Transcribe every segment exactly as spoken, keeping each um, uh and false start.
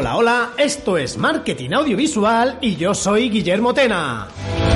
Hola, hola, esto es Marketing Audiovisual y yo soy Guillermo Tena.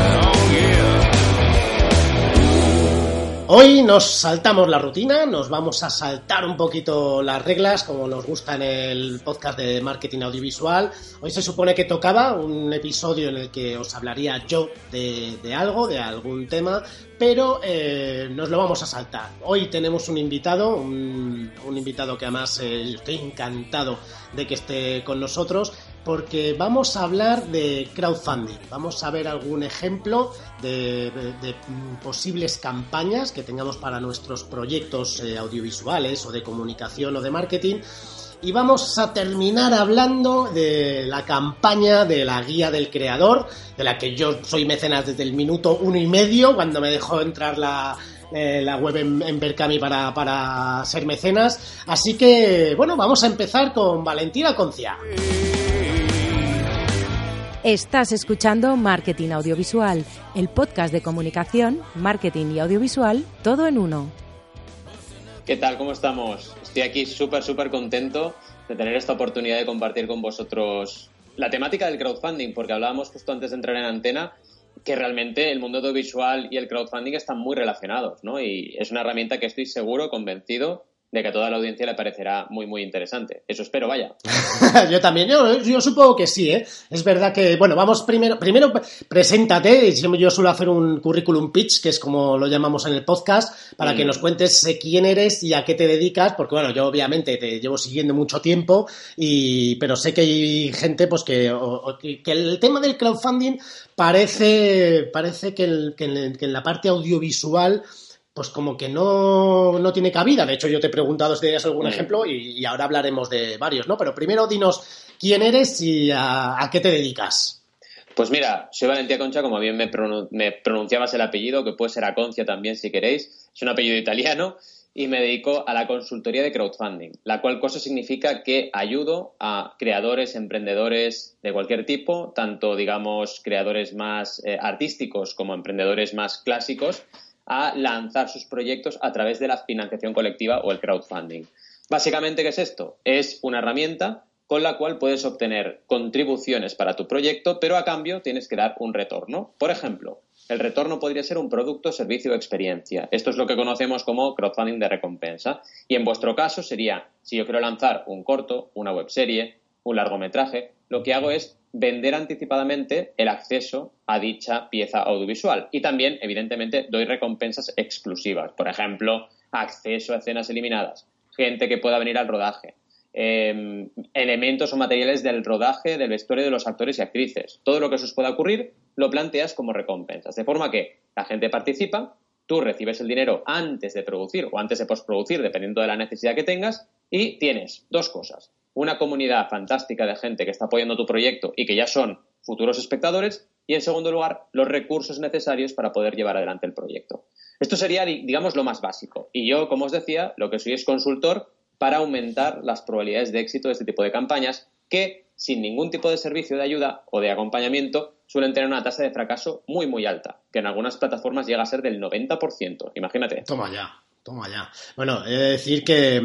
Hoy nos saltamos la rutina, nos vamos a saltar un poquito las reglas, como nos gusta en el podcast de Marketing Audiovisual. Hoy se supone que tocaba un episodio en el que os hablaría yo de, de algo, de algún tema, pero eh, nos lo vamos a saltar. Hoy tenemos un invitado, un, un invitado que además eh, estoy encantado de que esté con nosotros, porque vamos a hablar de crowdfunding. Vamos a ver algún ejemplo de, de, de posibles campañas que tengamos para nuestros proyectos eh, audiovisuales o de comunicación o de marketing. Y vamos a terminar hablando de la campaña de la guía del creador, de la que yo soy mecenas desde el minuto uno y medio, cuando me dejó entrar la... Eh, la web en, en Berkami para, para ser mecenas. Así que, bueno, vamos a empezar con Valentina Concia. Estás escuchando Marketing Audiovisual, el podcast de comunicación, marketing y audiovisual, todo en uno. ¿Qué tal? ¿Cómo estamos? Estoy aquí súper, súper contento de tener esta oportunidad de compartir con vosotros la temática del crowdfunding, porque hablábamos justo antes de entrar en antena que realmente el mundo audiovisual y el crowdfunding están muy relacionados, ¿no? Y es una herramienta que estoy seguro, convencido, de que a toda la audiencia le parecerá muy, muy interesante. Eso espero, vaya. Yo también, yo, yo supongo que sí, ¿eh? Es verdad que, bueno, vamos primero, primero preséntate. Yo suelo hacer un currículum pitch, que es como lo llamamos en el podcast, para mm. que nos cuentes quién eres y a qué te dedicas, porque, bueno, yo obviamente te llevo siguiendo mucho tiempo, y pero sé que hay gente, pues, que, o, que el tema del crowdfunding parece, parece que, el, que, en, que en la parte audiovisual pues como que no, no tiene cabida. De hecho, yo te he preguntado si tenías algún mm. ejemplo y, y ahora hablaremos de varios, ¿no? Pero primero dinos quién eres y a, a qué te dedicas. Pues mira, soy Valentía Concha, como bien me, pronun- me pronunciabas el apellido, que puede ser Aconcia también si queréis. Es un apellido italiano y me dedico a la consultoría de crowdfunding, la cual cosa significa que ayudo a creadores, emprendedores de cualquier tipo, tanto, digamos, creadores más eh, artísticos como emprendedores más clásicos, a lanzar sus proyectos a través de la financiación colectiva o el crowdfunding. Básicamente, ¿qué es esto? Es una herramienta con la cual puedes obtener contribuciones para tu proyecto, pero a cambio tienes que dar un retorno. Por ejemplo, el retorno podría ser un producto, servicio o experiencia. Esto es lo que conocemos como crowdfunding de recompensa. Y en vuestro caso sería, si yo quiero lanzar un corto, una webserie, un largometraje, lo que hago es vender anticipadamente el acceso a dicha pieza audiovisual. Y también, evidentemente, doy recompensas exclusivas. Por ejemplo, acceso a escenas eliminadas, gente que pueda venir al rodaje, eh, elementos o materiales del rodaje, del vestuario de los actores y actrices. Todo lo que se os pueda ocurrir lo planteas como recompensas. De forma que la gente participa, tú recibes el dinero antes de producir o antes de postproducir, dependiendo de la necesidad que tengas, y tienes dos cosas. Una comunidad fantástica de gente que está apoyando tu proyecto y que ya son futuros espectadores, y en segundo lugar, los recursos necesarios para poder llevar adelante el proyecto. Esto sería, digamos, lo más básico. Y yo, como os decía, lo que soy es consultor para aumentar las probabilidades de éxito de este tipo de campañas que, sin ningún tipo de servicio de ayuda o de acompañamiento, suelen tener una tasa de fracaso muy, muy alta, que en algunas plataformas llega a ser del noventa por ciento. Imagínate. Toma ya. Toma ya. Bueno, he de decir que,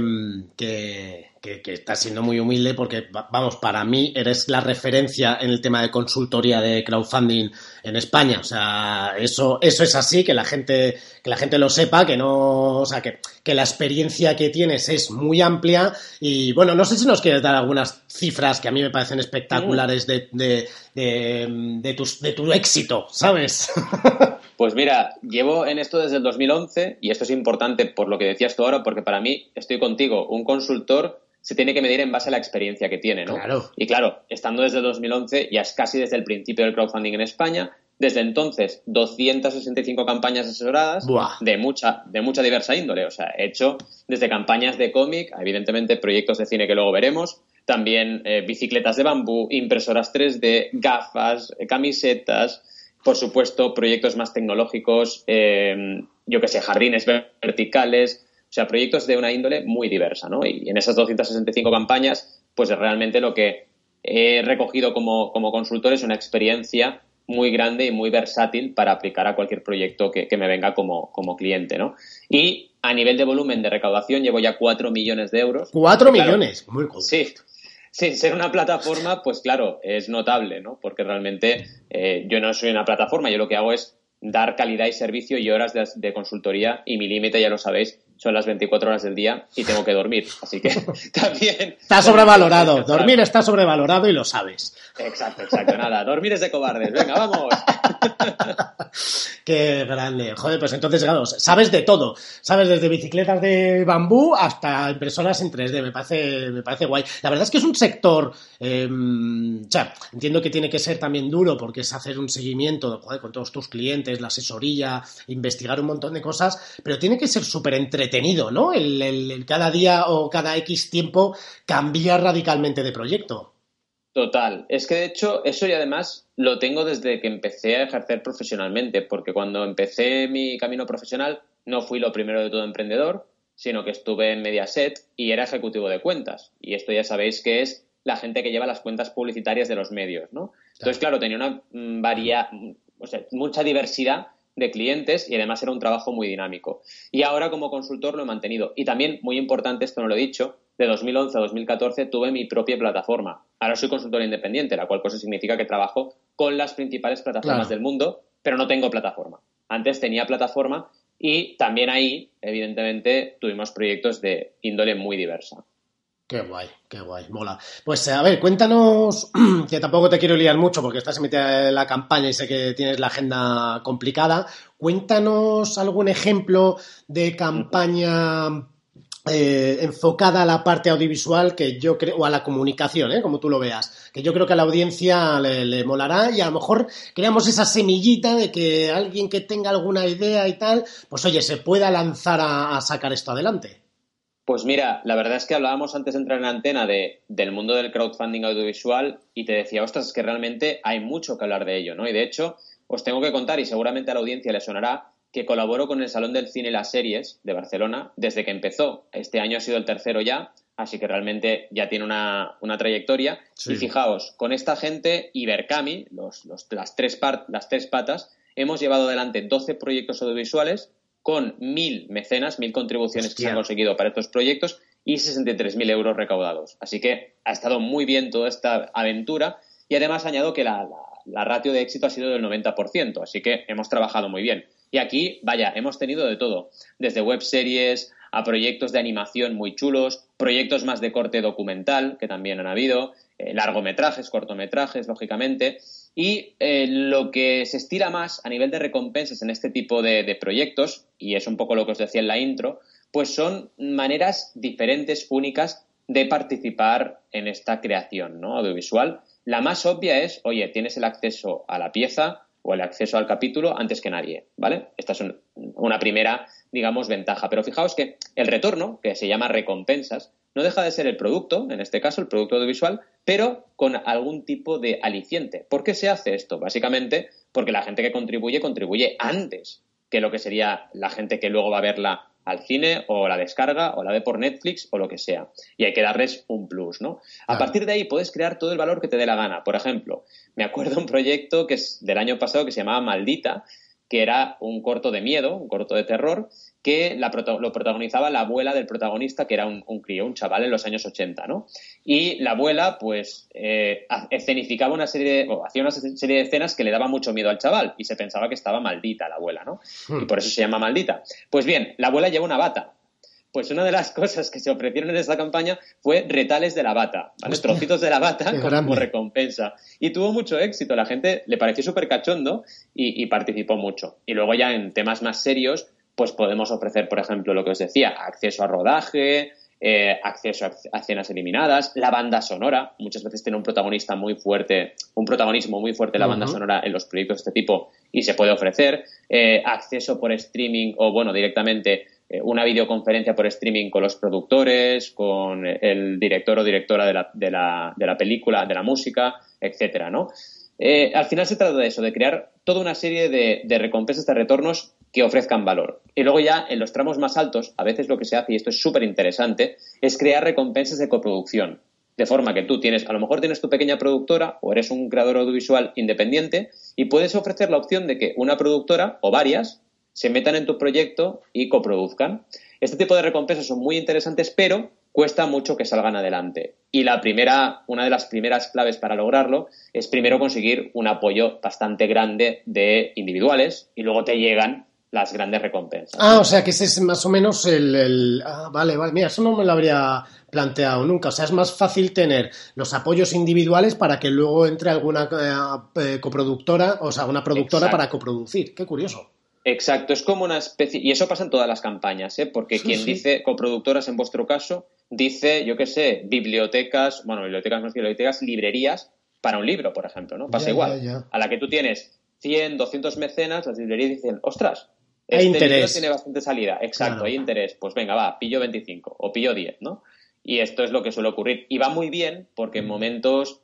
que, que, que estás siendo muy humilde porque, vamos, para mí eres la referencia en el tema de consultoría de crowdfunding en España. O sea, eso, eso es así, que la gente, que la gente lo sepa, que no, o sea, que, que la experiencia que tienes es muy amplia. Y bueno, no sé si nos quieres dar algunas cifras que a mí me parecen espectaculares de, de, de, de, tu, de tu éxito, ¿sabes? Pues mira, llevo en esto desde el dos mil once y esto es importante por lo que decías tú ahora, porque para mí, estoy contigo, un consultor se tiene que medir en base a la experiencia que tiene, ¿no? Claro. Y claro, estando desde el dos mil once, ya es casi desde el principio del crowdfunding en España, desde entonces doscientas sesenta y cinco campañas asesoradas de mucha, de mucha diversa índole, o sea, he hecho desde campañas de cómic, evidentemente proyectos de cine que luego veremos, también eh, bicicletas de bambú, impresoras tres D, gafas, eh, camisetas, por supuesto, proyectos más tecnológicos, eh, yo qué sé, jardines verticales, o sea, proyectos de una índole muy diversa, ¿no? Y en esas doscientas sesenta y cinco campañas, pues realmente lo que he recogido como, como consultor es una experiencia muy grande y muy versátil para aplicar a cualquier proyecto que, que me venga como, como cliente, ¿no? Y a nivel de volumen de recaudación llevo ya cuatro millones de euros. ¿Cuatro millones? Muy cool. Sí. sin ser una plataforma, pues claro, es notable, ¿no? Porque realmente eh, yo no soy una plataforma, yo lo que hago es dar calidad y servicio y horas de, de consultoría, y mi límite, ya lo sabéis, son las veinticuatro horas del día y tengo que dormir. Así que también... Está sobrevalorado. Dormir está sobrevalorado y lo sabes. Exacto, exacto. Nada, dormir es de cobardes. Venga, vamos. Qué grande. Joder, pues entonces, claro, sabes de todo. Sabes desde bicicletas de bambú hasta impresoras en tres D. Me parece, me parece guay. La verdad es que es un sector... Eh, o sea, entiendo que tiene que ser también duro porque es hacer un seguimiento, joder, con todos tus clientes, la asesoría, investigar un montón de cosas, pero tiene que ser súper entretenido, ¿no? El, el, el cada día o cada X tiempo cambiar radicalmente de proyecto. Total. Es que, de hecho, eso y además lo tengo desde que empecé a ejercer profesionalmente, porque cuando empecé mi camino profesional no fui lo primero de todo emprendedor, sino que estuve en Mediaset y era ejecutivo de cuentas. Y esto ya sabéis que es la gente que lleva las cuentas publicitarias de los medios, ¿no? Entonces, claro, tenía una mm, varia, o sea, mucha diversidad de clientes y además era un trabajo muy dinámico. Y ahora como consultor lo he mantenido. Y también, muy importante, esto no lo he dicho, de dos mil once a dos mil catorce tuve mi propia plataforma. Ahora soy consultor independiente, la cual cosa significa que trabajo con las principales plataformas claro. del mundo, pero no tengo plataforma. Antes tenía plataforma y también ahí, evidentemente, tuvimos proyectos de índole muy diversa. Qué guay, qué guay, mola. Pues a ver, cuéntanos, que tampoco te quiero liar mucho porque estás en mitad de la campaña y sé que tienes la agenda complicada. Cuéntanos algún ejemplo de campaña eh, enfocada a la parte audiovisual que yo creo, o a la comunicación, ¿eh? Como tú lo veas, que yo creo que a la audiencia le, le molará y a lo mejor creamos esa semillita de que alguien que tenga alguna idea y tal, pues oye, se pueda lanzar a, a sacar esto adelante. Pues mira, la verdad es que hablábamos antes de entrar en la antena de, del mundo del crowdfunding audiovisual y te decía, ostras, es que realmente hay mucho que hablar de ello, ¿no? Y de hecho, os tengo que contar, y seguramente a la audiencia le sonará, que colaboro con el Salón del Cine y las Series de Barcelona desde que empezó. Este año ha sido el tercero ya, así que realmente ya tiene una, una trayectoria. Sí. Y fijaos, con esta gente, Ibercami, los, los, las, tres part, las tres patas, hemos llevado adelante doce proyectos audiovisuales con mil mecenas, mil contribuciones Hostia. que se han conseguido para estos proyectos y sesenta y tres mil euros recaudados. Así que ha estado muy bien toda esta aventura y además añado que la, la, la ratio de éxito ha sido del noventa por ciento, así que hemos trabajado muy bien. Y aquí, vaya, hemos tenido de todo, desde webseries a proyectos de animación muy chulos, proyectos más de corte documental, que también han habido, eh, largometrajes, cortometrajes, lógicamente. Y eh, lo que se estira más a nivel de recompensas en este tipo de, de proyectos, y es un poco lo que os decía en la intro, pues son maneras diferentes, únicas, de participar en esta creación, ¿no? audiovisual. La más obvia es, oye, tienes el acceso a la pieza o el acceso al capítulo antes que nadie, ¿vale? Esta es un, una primera, digamos, ventaja. Pero fijaos que el retorno, que se llama recompensas, no deja de ser el producto, en este caso el producto audiovisual, pero con algún tipo de aliciente. ¿Por qué se hace esto? Básicamente porque la gente que contribuye, contribuye antes que lo que sería la gente que luego va a verla al cine o la descarga o la ve por Netflix o lo que sea. Y hay que darles un plus, ¿no? A partir de ahí puedes crear todo el valor que te dé la gana. Por ejemplo, me acuerdo de un proyecto que es del año pasado que se llamaba Maldita, que era un corto de miedo, un corto de terror, que la, lo protagonizaba la abuela del protagonista, que era un, un crío, un chaval en los años ochenta, ¿no? Y la abuela, pues, eh, escenificaba una serie de, o hacía una serie de escenas que le daba mucho miedo al chaval y se pensaba que estaba maldita la abuela, ¿no? Hmm. Y por eso se llama Maldita. Pues bien, la abuela lleva una bata. Pues una de las cosas que se ofrecieron en esta campaña fue retales de la bata, ¿vale? Trocitos de la bata como grande. recompensa. Y tuvo mucho éxito, la gente le pareció súper cachondo y, y participó mucho. Y luego ya en temas más serios, pues podemos ofrecer, por ejemplo, lo que os decía, acceso a rodaje, eh, acceso a, a escenas eliminadas, la banda sonora. Muchas veces tiene un protagonista muy fuerte, un protagonismo muy fuerte la uh-huh. banda sonora en los proyectos de este tipo y se puede ofrecer. Eh, acceso por streaming o, bueno, directamente una videoconferencia por streaming con los productores, con el director o directora de la, de la, de la película, de la música, etcétera, ¿no? Eh, al final se trata de eso, de crear toda una serie de, de recompensas, de retornos que ofrezcan valor. Y luego ya en los tramos más altos, a veces lo que se hace, y esto es súper interesante, es crear recompensas de coproducción. De forma que tú tienes, a lo mejor tienes tu pequeña productora o eres un creador audiovisual independiente y puedes ofrecer la opción de que una productora o varias se metan en tu proyecto y coproduzcan. Este tipo de recompensas son muy interesantes, pero cuesta mucho que salgan adelante. Y la primera, una de las primeras claves para lograrlo es primero conseguir un apoyo bastante grande de individuales y luego te llegan las grandes recompensas. Ah, o sea que ese es más o menos el... el... Ah, vale, vale, mira, eso no me lo habría planteado nunca. O sea, es más fácil tener los apoyos individuales para que luego entre alguna eh, coproductora, o sea, una productora Exacto. para coproducir. Qué curioso. Exacto, es como una especie... Y eso pasa en todas las campañas, ¿eh? Porque sí, quien sí. dice coproductoras en vuestro caso, dice, yo qué sé, bibliotecas, bueno, bibliotecas no es bibliotecas, librerías para un libro, por ejemplo, ¿no? Pasa ya, igual. Ya, ya. A la que tú tienes cien, doscientos mecenas, las librerías dicen, ostras, hay este interés. libro tiene bastante salida. Exacto, claro. Hay interés. Pues venga, va, pillo veinticinco o pillo diez, ¿no? Y esto es lo que suele ocurrir. Y va muy bien porque en momentos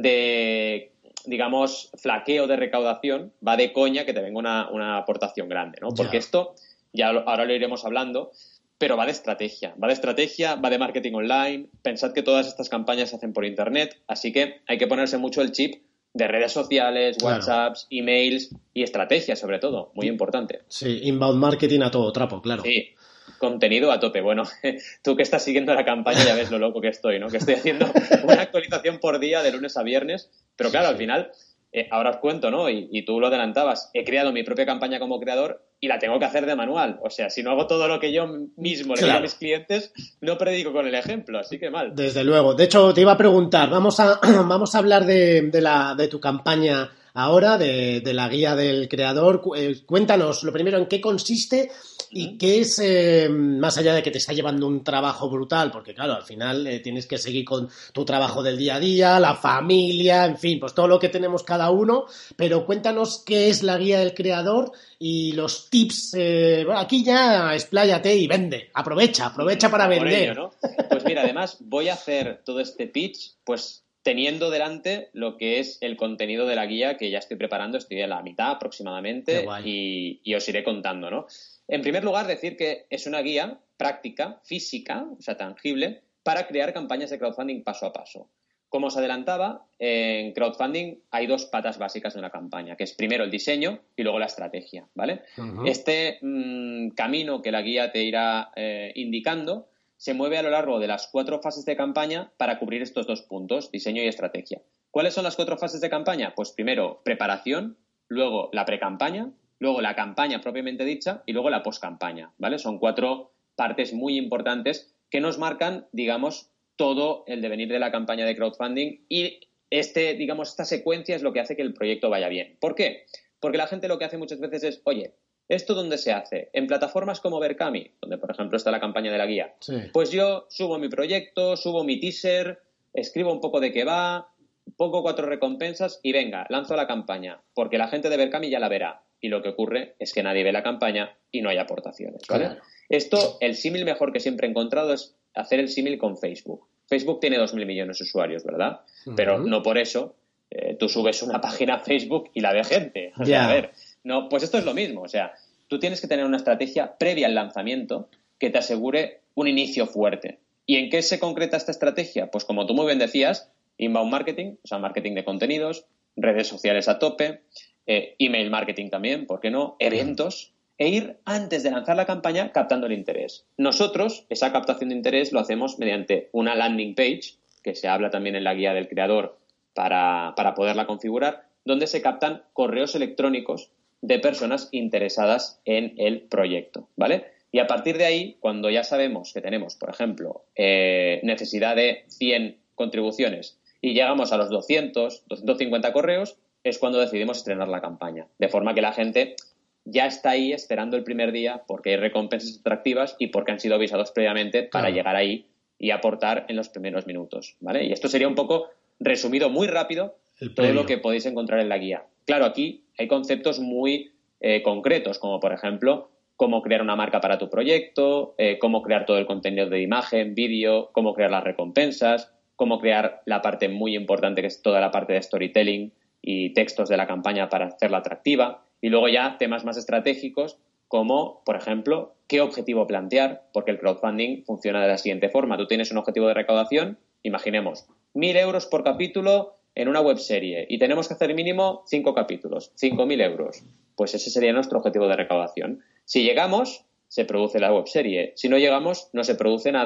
de, digamos, flaqueo de recaudación, va de coña que te venga una, una aportación grande, ¿no? Porque ya. esto, ya lo, ahora lo iremos hablando, pero va de estrategia. Va de estrategia, va de marketing online. Pensad que todas estas campañas se hacen por internet, así que hay que ponerse mucho el chip de redes sociales, claro. WhatsApps, emails y estrategia, sobre todo. Muy importante. Sí, inbound marketing a todo trapo, claro. Sí, contenido a tope. Bueno, tú que estás siguiendo la campaña ya ves lo loco que estoy, ¿no? Que estoy haciendo una actualización por día de lunes a viernes. Pero claro, sí, sí. al final, eh, ahora os cuento, ¿no? Y, y tú lo adelantabas. He creado mi propia campaña como creador y la tengo que hacer de manual. O sea, si no hago todo lo que yo mismo le claro. digo a mis clientes, no predico con el ejemplo, así que mal. Desde luego. De hecho, te iba a preguntar, vamos a, vamos a hablar de, de, la, de tu campaña ahora, de, de la guía del creador. Cuéntanos, lo primero, en qué consiste y qué es, eh, más allá de que te está llevando un trabajo brutal, porque claro, al final eh, tienes que seguir con tu trabajo del día a día, la familia, en fin, pues todo lo que tenemos cada uno, pero cuéntanos qué es la guía del creador y los tips. Eh, bueno, aquí ya expláyate y vende, aprovecha, aprovecha para Por vender. Ello, ¿no? Pues mira, además voy a hacer todo este pitch, pues teniendo delante lo que es el contenido de la guía que ya estoy preparando, estoy a la mitad aproximadamente y, y os iré contando, ¿no? En primer lugar, decir que es una guía práctica, física, o sea, tangible, para crear campañas de crowdfunding paso a paso. Como os adelantaba, en crowdfunding hay dos patas básicas de una campaña, que es primero el diseño y luego la estrategia, ¿vale? Uh-huh. Este mmm, camino que la guía te irá eh, indicando se mueve a lo largo de las cuatro fases de campaña para cubrir estos dos puntos, diseño y estrategia. ¿Cuáles son las cuatro fases de campaña? Pues primero, preparación, luego la precampaña, luego la campaña propiamente dicha y luego la postcampaña, ¿vale? Son cuatro partes muy importantes que nos marcan, digamos, todo el devenir de la campaña de crowdfunding y este, digamos, esta secuencia es lo que hace que el proyecto vaya bien. ¿Por qué? Porque la gente lo que hace muchas veces es, oye, ¿esto dónde se hace? En plataformas como Berkami, donde por ejemplo está la campaña de la guía. Sí. Pues yo subo mi proyecto, subo mi teaser, escribo un poco de qué va, pongo cuatro recompensas y venga, lanzo la campaña, porque la gente de Berkami ya la verá. Y lo que ocurre es que nadie ve la campaña y no hay aportaciones, ¿vale? Claro. Esto, el símil mejor que siempre he encontrado es hacer el símil con Facebook. Facebook tiene dos mil millones de usuarios, ¿verdad? Uh-huh. Pero no por eso eh, tú subes una página a Facebook y la ve gente. O sea, yeah. a ver, no, pues esto es lo mismo. O sea, tú tienes que tener una estrategia previa al lanzamiento que te asegure un inicio fuerte. ¿Y en qué se concreta esta estrategia? Pues como tú muy bien decías, inbound marketing, o sea, marketing de contenidos, redes sociales a tope, eh, email marketing también, ¿por qué no? Eventos, e ir antes de lanzar la campaña captando el interés. Nosotros, esa captación de interés lo hacemos mediante una landing page, que se habla también en la guía del creador para, para poderla configurar, donde se captan correos electrónicos de personas interesadas en el proyecto, ¿vale? Y a partir de ahí, cuando ya sabemos que tenemos, por ejemplo, eh, necesidad de cien contribuciones y llegamos a los doscientos, doscientos cincuenta correos, es cuando decidimos estrenar la campaña. De forma que la gente ya está ahí esperando el primer día porque hay recompensas atractivas y porque han sido avisados previamente para claro. llegar ahí y aportar en los primeros minutos, ¿vale? Y esto sería un poco resumido muy rápido todo lo que podéis encontrar en la guía. Claro, aquí hay conceptos muy eh, concretos, como por ejemplo cómo crear una marca para tu proyecto, eh, cómo crear todo el contenido de imagen, vídeo, cómo crear las recompensas, cómo crear la parte muy importante que es toda la parte de storytelling y textos de la campaña para hacerla atractiva. Y luego ya temas más estratégicos como, por ejemplo, qué objetivo plantear, porque el crowdfunding funciona de la siguiente forma. Tú tienes un objetivo de recaudación, imaginemos, mil euros por capítulo en una webserie y tenemos que hacer mínimo cinco capítulos, cinco mil euros. Pues ese sería nuestro objetivo de recaudación. Si llegamos, se produce la webserie. Si no llegamos, no se produce nada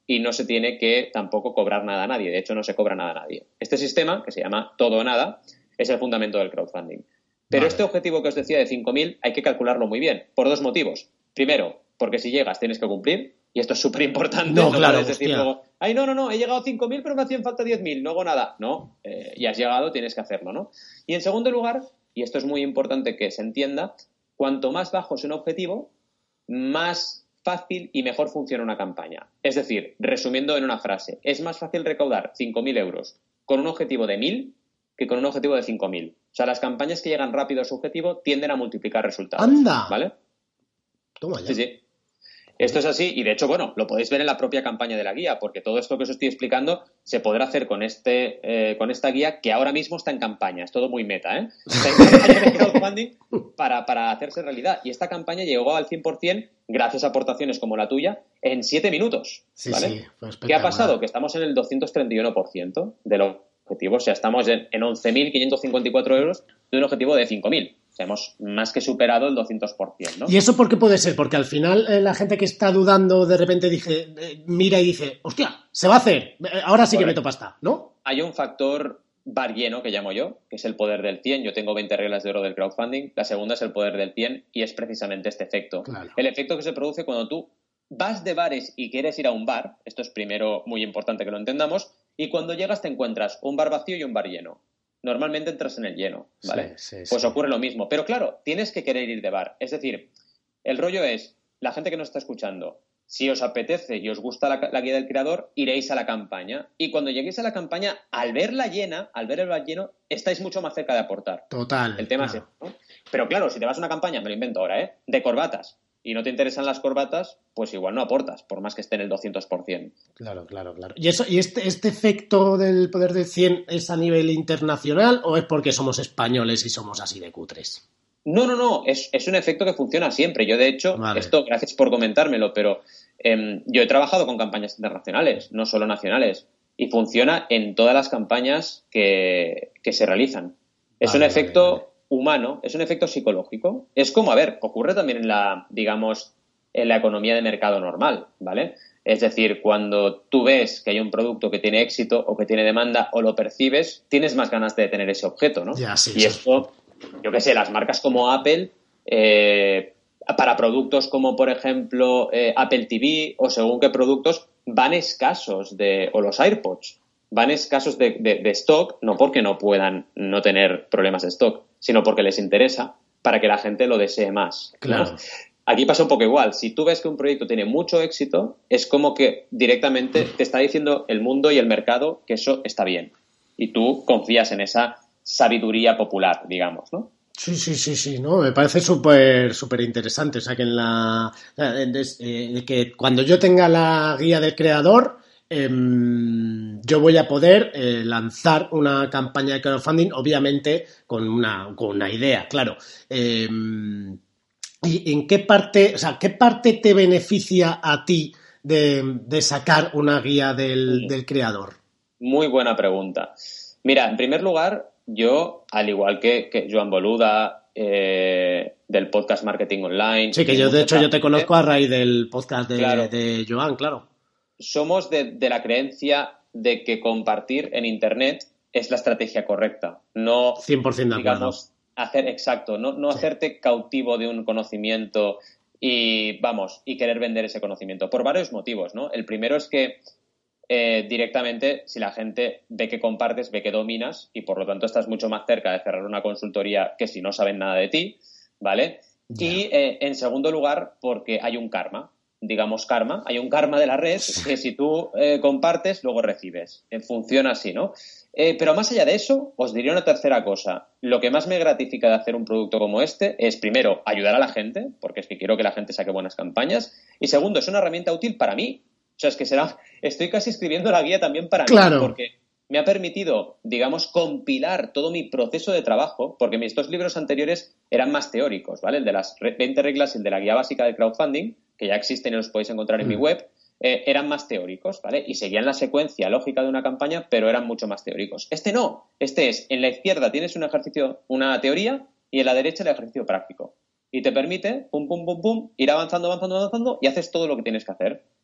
y no se tiene que tampoco cobrar nada a nadie. De hecho, no se cobra nada a nadie. Este sistema, que se llama todo o nada, es el fundamento del crowdfunding. Pero vale. Este objetivo que os decía de cinco mil hay que calcularlo muy bien, por dos motivos. Primero, porque si llegas tienes que cumplir, y esto es súper importante. No, no claro, puedes decir luego, ay, no, no, no, he llegado a cinco mil, pero me hacían falta diez mil, no hago nada. No, eh, y has llegado, tienes que hacerlo, ¿no? Y en segundo lugar, y esto es muy importante que se entienda, cuanto más bajo es un objetivo, más fácil y mejor funciona una campaña. Es decir, resumiendo en una frase, es más fácil recaudar cinco mil euros con un objetivo de mil que con un objetivo de cinco mil. O sea, las campañas que llegan rápido a su objetivo tienden a multiplicar resultados. ¡Anda! ¿Vale? Toma ya. Sí, sí. Esto es así y, de hecho, bueno, lo podéis ver en la propia campaña de la guía, porque todo esto que os estoy explicando se podrá hacer con este eh, con esta guía que ahora mismo está en campaña. Es todo muy meta, ¿eh? Está en campaña de crowdfunding para, para hacerse realidad. Y esta campaña llegó al cien por ciento gracias a aportaciones como la tuya en siete minutos. Sí, ¿vale? sí. Pues ¿Qué ha pasado? Que estamos en el doscientos treinta y uno por ciento del objetivo. O sea, estamos en, en once mil quinientos cincuenta y cuatro euros de un objetivo de cinco mil. O sea, hemos más que superado el doscientos por ciento, ¿no? ¿Y eso por qué puede ser? Porque al final eh, la gente que está dudando de repente dice, eh, mira y dice, hostia, se va a hacer, ahora sí Correcto. Que meto pasta, ¿no? Hay un factor bar lleno que llamo yo, que es el poder del cien. Yo tengo veinte reglas de oro del crowdfunding. La segunda es el poder del cien y es precisamente este efecto. Claro. El efecto que se produce cuando tú vas de bares y quieres ir a un bar, esto es primero muy importante que lo entendamos, y cuando llegas te encuentras un bar vacío y un bar lleno. Normalmente entras en el lleno, ¿vale? Sí, sí, pues sí. Ocurre lo mismo. Pero claro, tienes que querer ir de bar. Es decir, el rollo es, la gente que nos está escuchando, si os apetece y os gusta la, la guía del creador, iréis a la campaña. Y cuando lleguéis a la campaña, al verla llena, al ver el bar lleno, estáis mucho más cerca de aportar. Total. El tema claro. es eso, ¿no? Pero claro, si te vas a una campaña, me lo invento ahora, ¿eh? De corbatas, y no te interesan las corbatas, pues igual no aportas, por más que esté en el doscientos por ciento. Claro, claro, claro. ¿Y eso y este, este efecto del poder del cien es a nivel internacional o es porque somos españoles y somos así de cutres? No, no, no, es, es un efecto que funciona siempre. Yo, de hecho, vale. esto, gracias por comentármelo, pero eh, yo he trabajado con campañas internacionales, no solo nacionales, y funciona en todas las campañas que, que se realizan. Es vale, un efecto... Vale, vale. humano, es un efecto psicológico. Es como, a ver, ocurre también en la, digamos, en la economía de mercado normal, ¿vale? Es decir, cuando tú ves que hay un producto que tiene éxito o que tiene demanda o lo percibes, tienes más ganas de tener ese objeto, ¿no? Ya, sí, y sí. esto, yo qué sé, las marcas como Apple, eh, para productos como, por ejemplo, eh, Apple T V o según qué productos, van escasos de, o los AirPods, van escasos de, de, de stock, no porque no puedan no tener problemas de stock, sino porque les interesa para que la gente lo desee más, ¿no? Claro. Aquí pasa un poco igual. Si tú ves que un proyecto tiene mucho éxito, es como que directamente te está diciendo el mundo y el mercado que eso está bien. Y tú confías en esa sabiduría popular, digamos, ¿no? Sí, sí, sí, sí, no, me parece súper, súper interesante. O sea, que en la, eh, que cuando yo tenga la guía del creador, eh, yo voy a poder eh, lanzar una campaña de crowdfunding, obviamente con una, con una idea, claro. Eh, ¿Y en qué parte, o sea, qué parte te beneficia a ti de, de sacar una guía del, sí. del creador? Muy buena pregunta. Mira, en primer lugar, yo, al igual que, que Joan Boluda, eh, del podcast Marketing Online... Sí, que yo, de hecho, yo te conozco a raíz del podcast de, claro. de Joan, claro. Somos de, de la creencia de que compartir en Internet es la estrategia correcta. No, cien por ciento de acuerdo. Digamos, hacer, exacto, no, no sí. hacerte cautivo de un conocimiento y, vamos, y querer vender ese conocimiento. Por varios motivos, ¿no? El primero es que eh, directamente, si la gente ve que compartes, ve que dominas y, por lo tanto, estás mucho más cerca de cerrar una consultoría que si no saben nada de ti, ¿vale? Yeah. Y, eh, en segundo lugar, porque hay un karma. Digamos karma, hay un karma de la red que si tú eh, compartes, luego recibes. Eh, funciona así, ¿no? Eh, pero más allá de eso, os diría una tercera cosa. Lo que más me gratifica de hacer un producto como este es, primero, ayudar a la gente, porque es que quiero que la gente saque buenas campañas, y segundo, es una herramienta útil para mí. O sea, es que será, estoy casi escribiendo la guía también para claro. mí, porque me ha permitido, digamos, compilar todo mi proceso de trabajo, porque mis dos libros anteriores eran más teóricos, ¿vale? El de las veinte reglas y el de la guía básica de crowdfunding, que ya existen y los podéis encontrar en mm. mi web, eh, eran más teóricos, ¿vale? Y seguían la secuencia lógica de una campaña, pero eran mucho más teóricos. Este no, este es, en la izquierda tienes un ejercicio, una teoría, y en la derecha el ejercicio práctico. Y te permite, pum, pum, pum, pum, ir avanzando, avanzando, avanzando, y haces todo lo que tienes que hacer.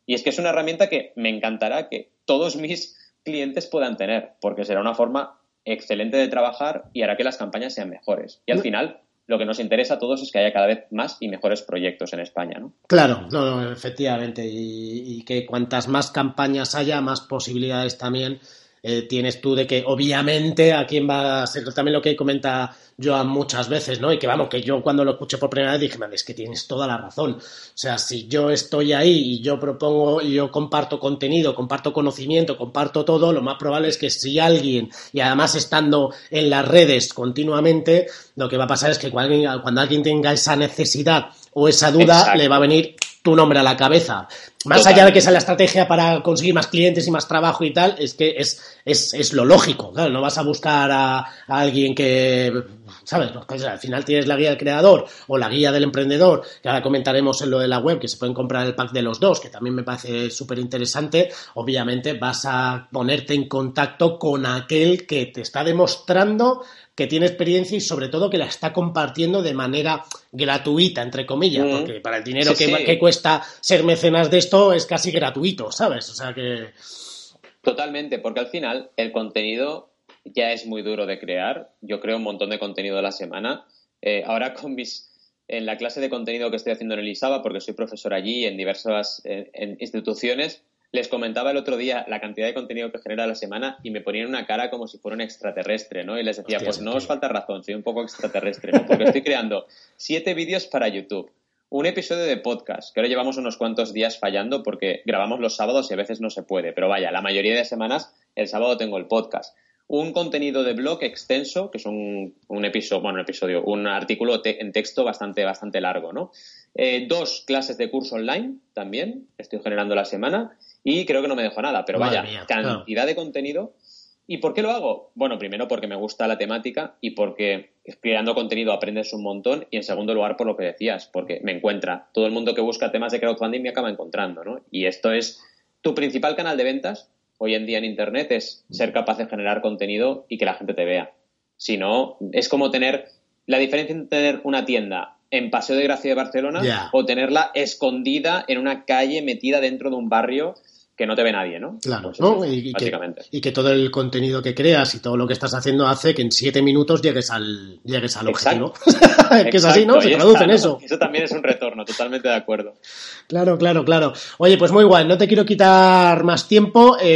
Y es que es una herramienta que me encantará que todos mis clientes puedan tener, porque será una forma excelente de trabajar y hará que las campañas sean mejores. Y al final, lo que nos interesa a todos es que haya cada vez más y mejores proyectos en España, ¿no? Claro, no, no, efectivamente. Y, y que cuantas más campañas haya, más posibilidades también eh, tienes tú de que, obviamente, a quién va a ser también lo que comenta Joan muchas veces, ¿no? Y que vamos, que yo cuando lo escuché por primera vez dije, man, es que tienes toda la razón. O sea, si yo estoy ahí y yo propongo y yo comparto contenido, comparto conocimiento, comparto todo, lo más probable es que si alguien, y además estando en las redes continuamente, lo que va a pasar es que cuando alguien, cuando alguien tenga esa necesidad o esa duda, exacto, le va a venir tu nombre a la cabeza. Más Total. allá de que sea la estrategia para conseguir más clientes y más trabajo y tal, es que es, es, es lo lógico. Claro, no vas a buscar a, a alguien que, ¿sabes? Pues al final tienes la guía del creador o la guía del emprendedor, que ahora comentaremos en lo de la web, que se pueden comprar el pack de los dos, que también me parece súper interesante. Obviamente vas a ponerte en contacto con aquel que te está demostrando que tiene experiencia y sobre todo que la está compartiendo de manera gratuita, entre comillas, mm. porque para el dinero sí, que, sí. que cuesta ser mecenas de esto es casi gratuito, ¿sabes? O sea que... Totalmente, porque al final el contenido ya es muy duro de crear. Yo creo un montón de contenido a la semana. Eh, ahora con mis... En la clase de contenido que estoy haciendo en el ISABA, porque soy profesor allí en diversas eh, en instituciones, les comentaba el otro día la cantidad de contenido que genera a la semana y me ponían una cara como si fuera un extraterrestre, ¿no? Y les decía, Hostia, pues no os falta razón, soy un poco extraterrestre, ¿no? Porque estoy creando siete vídeos para YouTube, un episodio de podcast, que ahora llevamos unos cuantos días fallando porque grabamos los sábados y a veces no se puede, pero vaya, la mayoría de semanas el sábado tengo el podcast. Un contenido de blog extenso, que es un, un episodio, bueno, un episodio, un artículo te- en texto bastante, bastante largo, ¿no? Eh, dos clases de curso online también, estoy generando la semana. Y creo que no me dejo nada, pero Madre vaya, mía, cantidad claro. de contenido. ¿Y por qué lo hago? Bueno, primero porque me gusta la temática y porque creando contenido aprendes un montón y en segundo lugar por lo que decías, porque me encuentra. Todo el mundo que busca temas de crowdfunding me acaba encontrando, ¿no? Y esto es tu principal canal de ventas hoy en día en Internet, es ser capaz de generar contenido y que la gente te vea. Si no, es como tener la diferencia entre tener una tienda en Paseo de Gracia de Barcelona yeah. o tenerla escondida en una calle metida dentro de un barrio que no te ve nadie, ¿no? Claro, pues ¿no? Es, y, y, que, y que todo el contenido que creas y todo lo que estás haciendo hace que en siete minutos llegues al llegues al objetivo. Que es así, ¿no? Se traduce en ¿no? eso. Eso también es un retorno, totalmente de acuerdo. Claro, claro, claro. Oye, pues muy guay, no te quiero quitar más tiempo. Eh,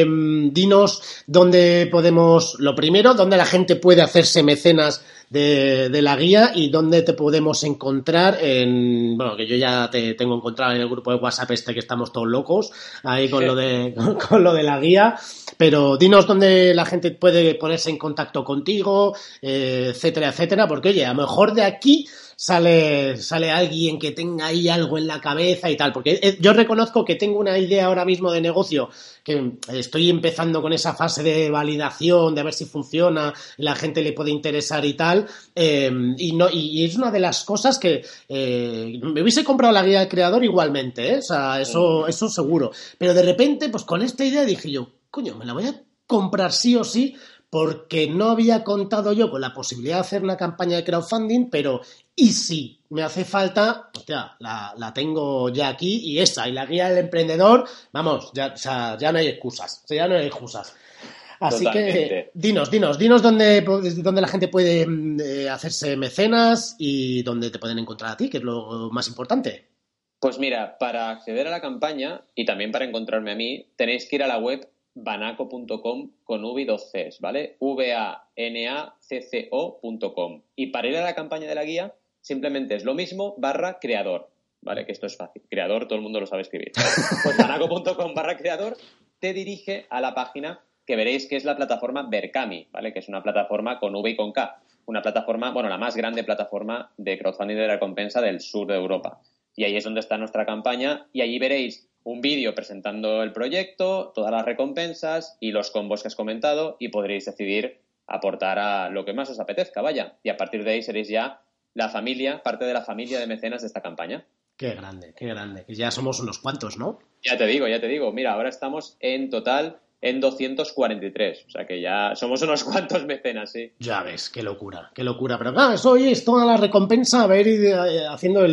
dinos dónde podemos, lo primero, dónde la gente puede hacerse mecenas de, de la guía y dónde te podemos encontrar en, bueno, que yo ya te tengo encontrado en el grupo de WhatsApp este que estamos todos locos, ahí con sí. lo de con, con lo de la guía, pero dinos dónde la gente puede ponerse en contacto contigo, eh, etcétera, etcétera, porque oye, a lo mejor de aquí sale sale alguien que tenga ahí algo en la cabeza y tal, porque yo reconozco que tengo una idea ahora mismo de negocio que estoy empezando con esa fase de validación, de ver si funciona, la gente le puede interesar y tal, eh, y no y es una de las cosas que eh, me hubiese comprado la guía del creador igualmente, ¿eh? O sea, eso, eso seguro, pero de repente, pues con esta idea dije yo, coño, me la voy a comprar sí o sí, porque no había contado yo con la posibilidad de hacer una campaña de crowdfunding, pero y si me hace falta, hostia, la, la tengo ya aquí y esa, y la guía del emprendedor, vamos, ya, o sea, ya no hay excusas, o sea, ya no hay excusas. Así Totalmente. que dinos, dinos, dinos dónde, dónde la gente puede eh, hacerse mecenas y dónde te pueden encontrar a ti, que es lo más importante. Pues mira, para acceder a la campaña y también para encontrarme a mí, tenéis que ir a la web vanaco punto com con V y dos Cs, ¿vale? V A N A C C O punto com. Y para ir a la campaña de la guía, simplemente es lo mismo barra creador, ¿vale? Que esto es fácil. Creador, todo el mundo lo sabe escribir. Pues vanaco punto com barra creador te dirige a la página que veréis que es la plataforma Berkami, ¿vale? Que es una plataforma con V y con K. Una plataforma, bueno, la más grande plataforma de crowdfunding de recompensa del sur de Europa. Y ahí es donde está nuestra campaña y allí veréis un vídeo presentando el proyecto, todas las recompensas y los combos que has comentado y podréis decidir aportar a lo que más os apetezca, vaya. Y a partir de ahí seréis ya la familia, parte de la familia de mecenas de esta campaña. Qué grande, qué grande. Que ya somos unos cuantos, ¿no? Ya te digo, ya te digo. Mira, ahora estamos en total en doscientos cuarenta y tres. O sea que ya somos unos cuantos mecenas, sí. Ya ves, qué locura, qué locura. Pero claro, eso hoy es toda la recompensa, a ver, ir haciendo el...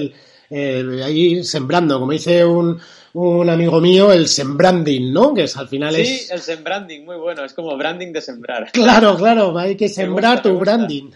eh, ahí sembrando, como dice un, un amigo mío, el sembranding, ¿no? Que es, al final sí, es... Sí, el sembranding, muy bueno, es como branding de sembrar. Claro, claro, hay que sembrar gusta, tu branding.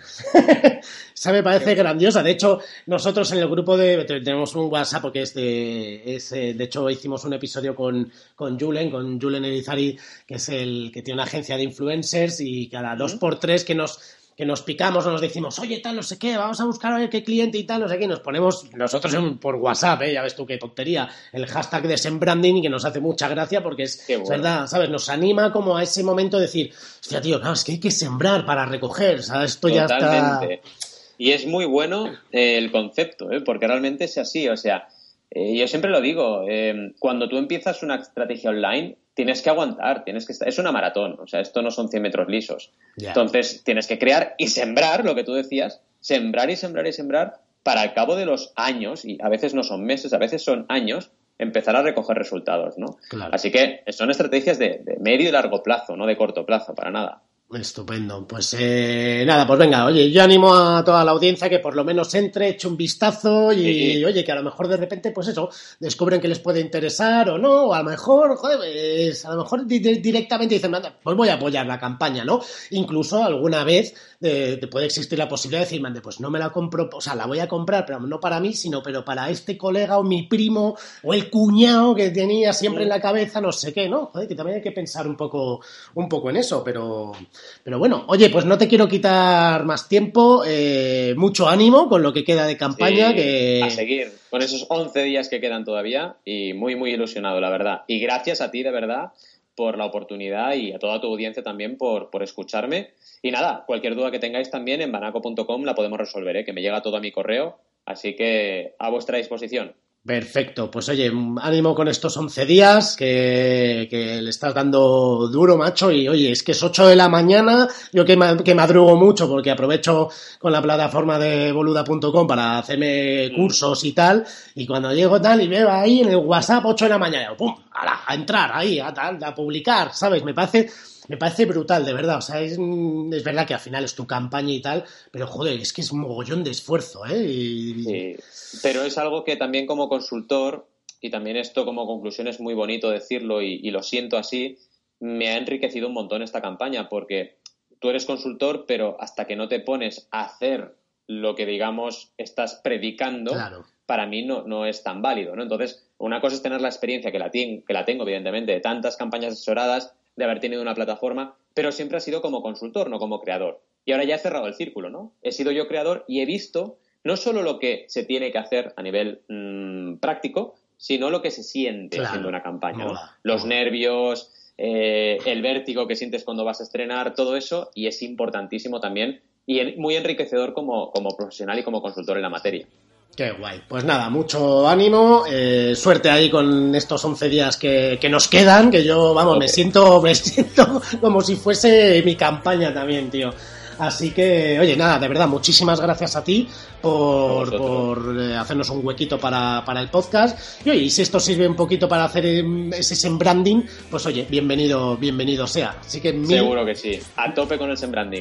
Esa me parece grandiosa. De hecho, nosotros en el grupo de... tenemos un WhatsApp porque es de... Es, de hecho, hicimos un episodio con, con Julen, con Julen Erizari, que es el que tiene una agencia de influencers, y cada dos por tres que nos... que nos picamos o nos decimos, oye, tal, no sé qué, vamos a buscar a ver qué cliente y tal, no sé qué, nos ponemos nosotros en, por WhatsApp, ¿eh? Ya ves tú qué tontería, el hashtag de Sembranding, y que nos hace mucha gracia porque es, bueno. es verdad, ¿sabes? Nos anima como a ese momento de decir, hostia, tío, claro, es que hay que sembrar para recoger, ¿sabes? Esto Totalmente. Ya está... Y es muy bueno eh, el concepto, ¿eh? Porque realmente es así, o sea, eh, yo siempre lo digo, eh, cuando tú empiezas una estrategia online, tienes que aguantar, tienes que estar... es una maratón, o sea, esto no son cien metros lisos. Yeah. Entonces, tienes que crear y sembrar, lo que tú decías, sembrar y sembrar y sembrar para al cabo de los años, y a veces no son meses, a veces son años, empezar a recoger resultados, ¿no? Claro. Así que son estrategias de, de medio y largo plazo, no de corto plazo, para nada. Estupendo. Pues eh, nada, pues venga, oye, yo animo a toda la audiencia que por lo menos entre, eche un vistazo y, sí. oye, que a lo mejor de repente, pues eso, descubren que les puede interesar o no, o a lo mejor, joder, pues, a lo mejor di- directamente dicen, pues voy a apoyar la campaña, ¿no? Incluso alguna vez eh, te puede existir la posibilidad de decir, mande, pues no me la compro, o sea, la voy a comprar, pero no para mí, sino pero para este colega o mi primo o el cuñado que tenía siempre sí. en la cabeza, no sé qué, ¿no? Joder, que también hay que pensar un poco, un poco en eso, pero... Pero bueno, oye, pues no te quiero quitar más tiempo, eh, mucho ánimo con lo que queda de campaña. Sí, que a seguir, con esos once días que quedan todavía, y muy, muy ilusionado, la verdad. Y gracias a ti, de verdad, por la oportunidad, y a toda tu audiencia también por, por escucharme. Y nada, cualquier duda que tengáis también en banaco punto com la podemos resolver, ¿eh? Que me llega todo a mi correo, así que a vuestra disposición. Perfecto, pues oye, ánimo con estos once días que, que le estás dando duro, macho, y oye, es que es ocho de la mañana, yo que, ma- que madrugo mucho porque aprovecho con la plataforma de boluda punto com para hacerme cursos y tal, y cuando llego tal y veo ahí en el WhatsApp ocho de la mañana, pum, a, a entrar ahí, a, a, a publicar, ¿sabes? Me parece... Me parece brutal, de verdad. O sea, es, es verdad que al final es tu campaña y tal, pero joder, es que es un mogollón de esfuerzo, ¿eh? Y... Sí, pero es algo que también como consultor, y también esto como conclusión es muy bonito decirlo y, y lo siento así, me ha enriquecido un montón esta campaña, porque tú eres consultor, pero hasta que no te pones a hacer lo que, digamos, estás predicando, claro. para mí no, no es tan válido, ¿no? Entonces, una cosa es tener la experiencia, que la, ten, que la tengo, evidentemente, de tantas campañas asesoradas, de haber tenido una plataforma, pero siempre ha sido como consultor, no como creador. Y ahora ya he cerrado el círculo, ¿no? He sido yo creador y he visto no solo lo que se tiene que hacer a nivel mmm, práctico, sino lo que se siente claro. haciendo una campaña, ¿no? Mola, Los mola. nervios, eh, el vértigo que sientes cuando vas a estrenar, todo eso, y es importantísimo también y muy enriquecedor como, como profesional y como consultor en la materia. Qué guay. Pues nada, mucho ánimo, eh, suerte ahí con estos once días que, que nos quedan, que yo, vamos, okay. me siento me siento como si fuese mi campaña también, tío. Así que, oye, nada, de verdad, muchísimas gracias a ti por, por eh, hacernos un huequito para, para el podcast. Y oye, y si esto sirve un poquito para hacer ese sembranding, pues oye, bienvenido, bienvenido sea. Así que mil... Seguro que sí. A tope con el sembranding.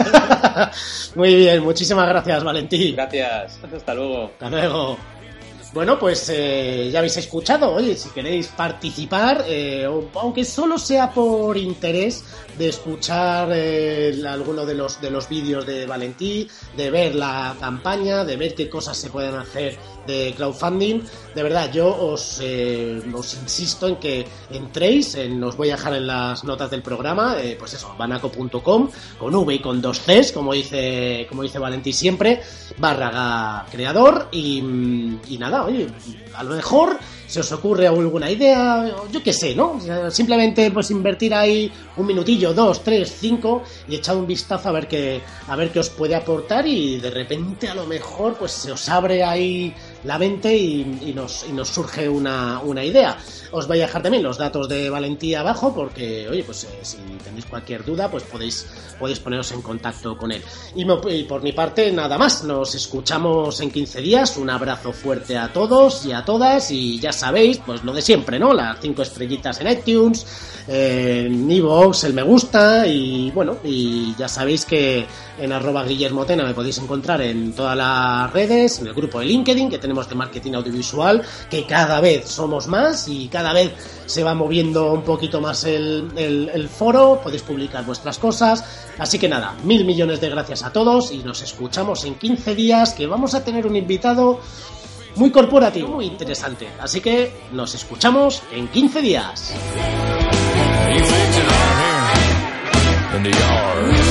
Muy bien, muchísimas gracias, Valentín. Gracias. Hasta luego. Hasta luego. Bueno, pues eh, ya habéis escuchado, oye, si queréis participar, eh, aunque solo sea por interés de escuchar eh, alguno de los de los vídeos de Valentí, de ver la campaña, de ver qué cosas se pueden hacer de crowdfunding, de verdad, yo os, eh, os insisto en que entréis, en, os voy a dejar en las notas del programa, eh, pues eso, banaco punto com, con V y con dos Cs, como dice, como dice Valentí siempre, barra creador, y, y nada, oye, a lo mejor se os ocurre alguna idea, yo qué sé, ¿no? Simplemente pues invertir ahí un minutillo, dos, tres, cinco y echar un vistazo a ver qué, a ver qué os puede aportar, y de repente a lo mejor pues se os abre ahí la mente y, y, nos, y nos surge una, una idea. Os voy a dejar también los datos de Valentí abajo porque, oye, pues eh, si tenéis cualquier duda, pues podéis, podéis poneros en contacto con él. Y, me, y por mi parte, nada más. Nos escuchamos en quince días. Un abrazo fuerte a a todos y a todas, y ya sabéis, pues lo de siempre, ¿no? Las cinco estrellitas en iTunes, eh, en iVoox, el me gusta, y bueno, y ya sabéis que en arroba Guillermo Tena me podéis encontrar en todas las redes, en el grupo de LinkedIn que tenemos de marketing audiovisual, que cada vez somos más y cada vez se va moviendo un poquito más el, el, el foro, podéis publicar vuestras cosas, así que nada, mil millones de gracias a todos y nos escuchamos en quince días, que vamos a tener un invitado muy corporativo, muy interesante, así que nos escuchamos en quince días.